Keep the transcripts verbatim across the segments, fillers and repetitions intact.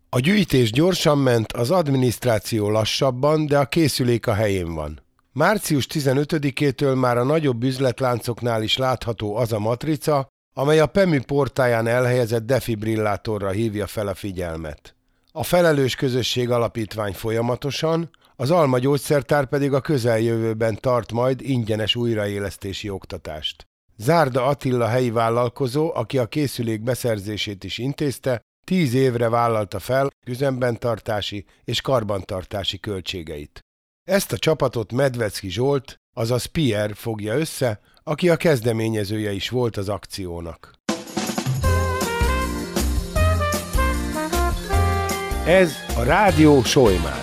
A gyűjtés gyorsan ment, az adminisztráció lassabban, de a készülék a helyén van. március tizenötödikétől már a nagyobb üzletláncoknál is látható az a matrica, amely a PEMÜ portáján elhelyezett defibrillátorra hívja fel a figyelmet. A Felelős Közösség Alapítvány folyamatosan, az Alma Gyógyszertár pedig a közeljövőben tart majd ingyenes újraélesztési oktatást. Zárda Attila helyi vállalkozó, aki a készülék beszerzését is intézte, tíz évre vállalta fel üzemben tartási és karbantartási költségeit. Ezt a csapatot Medvecki Zsolt, azaz Pierre fogja össze, aki a kezdeményezője is volt az akciónak. Ez a Rádió Solymár.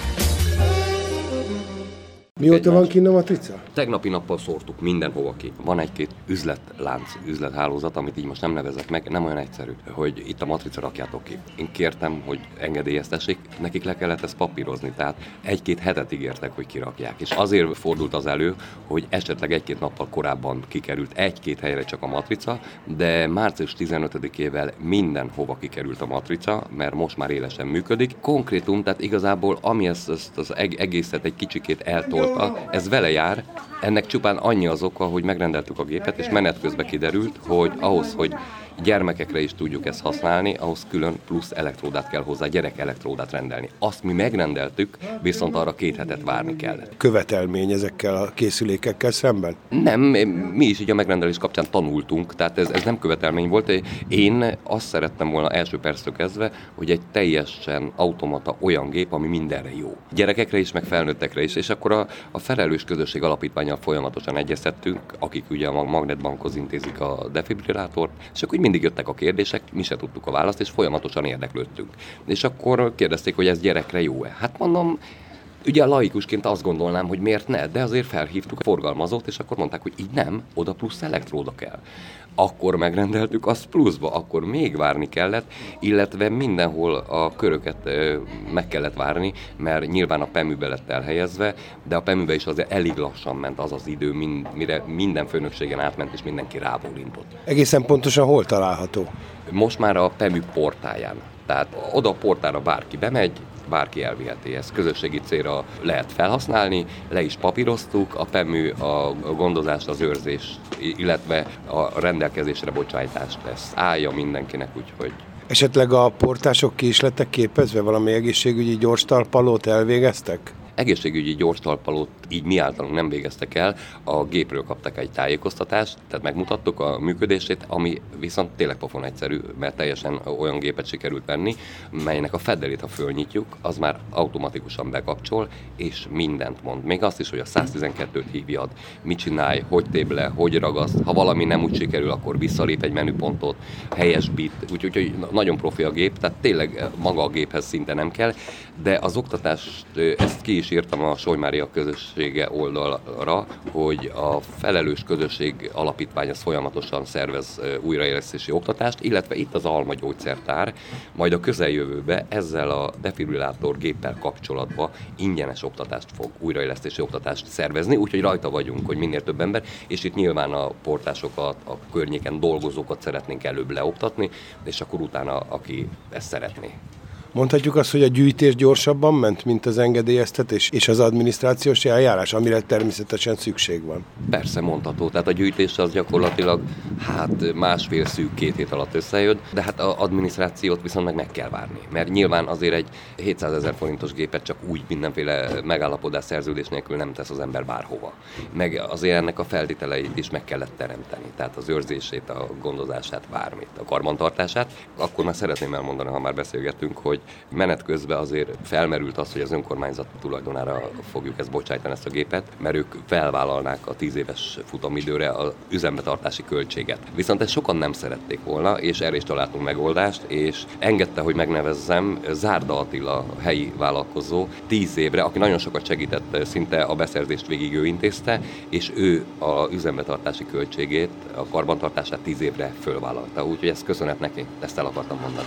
Mióta van kinn a matrica? Tegnapi nappal szórtuk mindenhova ki. Van egy-két üzletlánc, üzlethálózat, amit így most nem nevezek meg, nem olyan egyszerű, hogy itt a matrica rakjátok ki. Én kértem, hogy engedélyeztessék, nekik le kellett ezt papírozni, tehát egy-két hetet ígértek, hogy kirakják. És azért fordult az elő, hogy esetleg egy-két nappal korábban kikerült egy-két helyre csak a matrica, de március tizenötödikével mindenhova kikerült a matrica, mert most már élesen működik. Konkrétum, tehát igazából ami ezt, ezt az egészet egy kicsikét eltol, ez vele jár, ennek csupán annyi az oka, hogy megrendeltük a gépet, és menet közben kiderült, hogy ahhoz, hogy gyermekekre is tudjuk ezt használni, ahhoz külön plusz elektródát kell hozzá, gyerek elektródát rendelni. Azt mi megrendeltük, viszont arra két hetet várni kellett. Követelmény ezekkel a készülékekkel szemben? Nem, mi is így a megrendelés kapcsán tanultunk, tehát ez, ez nem követelmény volt. Én azt szerettem volna első perctől kezdve, hogy egy teljesen automata olyan gép, ami mindenre jó. Gyerekekre is, meg felnőttekre is, és akkor a, a Felelős Közösség Alapítvánnyal folyamatosan egyeztettünk, akik ugye a Magnetbankhoz intézik a defibrillátort, és akkor mindig jöttek a kérdések, mi se tudtuk a választ, és folyamatosan érdeklődtünk. És akkor kérdezték, hogy ez gyerekre jó-e. Hát mondom, ugye laikusként azt gondolnám, hogy miért ne, de azért felhívtuk a forgalmazót, és akkor mondták, hogy így nem, oda plusz elektróda kell. Akkor megrendeltük, azt pluszba, akkor még várni kellett, illetve mindenhol a köröket ö, meg kellett várni, mert nyilván a PEMÜ-be lett elhelyezve, de a PEMÜ-be is azért elég lassan ment az az idő, mind, mire minden főnökségen átment, és mindenki rábólintott. Egészen pontosan hol található? Most már a PEMÜ portáján. Tehát oda a portára bárki bemegy, bárki elviheti. Ezt közösségi célra lehet felhasználni, le is papíroztuk, a PEMÜ a gondozást, az őrzést, illetve a rendelkezésre bocsájtást lesz. Állja mindenkinek, úgyhogy... Esetleg a portások ki is lettek képezve, valami egészségügyi gyors talpalót elvégeztek? Egészségügyi gyors talpalót így mi általunk nem végeztek el, a gépről kaptak egy tájékoztatást, tehát megmutattuk a működését, ami viszont tényleg pofon egyszerű, mert teljesen olyan gépet sikerült venni, melynek a fedelét, ha fölnyitjuk, az már automatikusan bekapcsol, és mindent mond. Még azt is, hogy a száztizenkettőt hívjad, mit csinálj, hogy tébb le, hogy ragaszt, ha valami nem úgy sikerül, akkor visszalép egy menüpontot, helyesbít, úgyhogy úgy, nagyon profi a gép, tehát tényleg maga a géphez szinte nem kell, de az oktatást, ezt ki is írtam a Solymária közössége oldalra, hogy a Felelős Közösség Alapítvány az folyamatosan szervez újraélesztési oktatást, illetve itt az Alma Gyógyszertár, majd a közeljövőbe ezzel a defibrillátor géppel kapcsolatban ingyenes oktatást fog, újraélesztési oktatást szervezni, úgyhogy rajta vagyunk, hogy minél több ember, és itt nyilván a portásokat, a környéken dolgozókat szeretnénk előbb leoktatni, és akkor utána, aki ezt szeretné. Mondhatjuk azt, hogy a gyűjtés gyorsabban ment, mint az engedélyeztetés és az adminisztrációs eljárás, amire természetesen szükség van. Persze mondható, tehát a gyűjtés az gyakorlatilag hát másfél szűk két hét alatt összejött, de hát az adminisztrációt viszont meg meg kell várni, mert nyilván azért egy hétszázezer forintos gépet csak úgy mindenféle megállapodás, szerződés nélkül nem tesz az ember bárhova. Meg azért ennek a feltételeit is meg kellett teremteni, tehát az őrzését, a gondozását, bármit, a karbantartását. Akkor már szeretném elmondani, ha már beszélgetünk, hogy menet közben azért felmerült az, hogy az önkormányzat tulajdonára fogjuk ezt bocsájtani, ezt a gépet, mert ők felvállalnák a tíz éves futamidőre az üzembetartási költséget. Viszont ezt sokan nem szerették volna, és erre is találtunk megoldást, és engedte, hogy megnevezzem Zárda Attila helyi vállalkozó tíz évre, aki nagyon sokat segített, szinte a beszerzést végig ő intézte, és ő az üzembetartási költségét, a karbantartását tíz évre fölvállalta. Úgyhogy ezt köszönet neki, ezt el akartam mondani.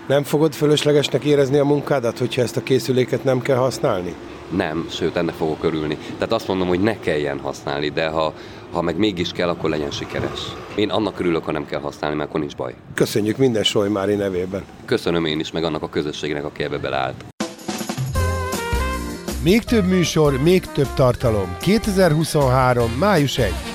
Nem fogod fölöslegesnek érezni a munkádat, hogyha ezt a készüléket nem kell használni? Nem, sőt, ennek fogok örülni. Tehát azt mondom, hogy ne kelljen használni, de ha, ha meg mégis kell, akkor legyen sikeres. Én annak örülök, ha nem kell használni, mert akkor nincs baj. Köszönjük minden Solymári nevében. Köszönöm én is, meg annak a közösségnek, aki ebbe beleállt. Még több műsor, még több tartalom. kétezer-huszonhárom. május elsején.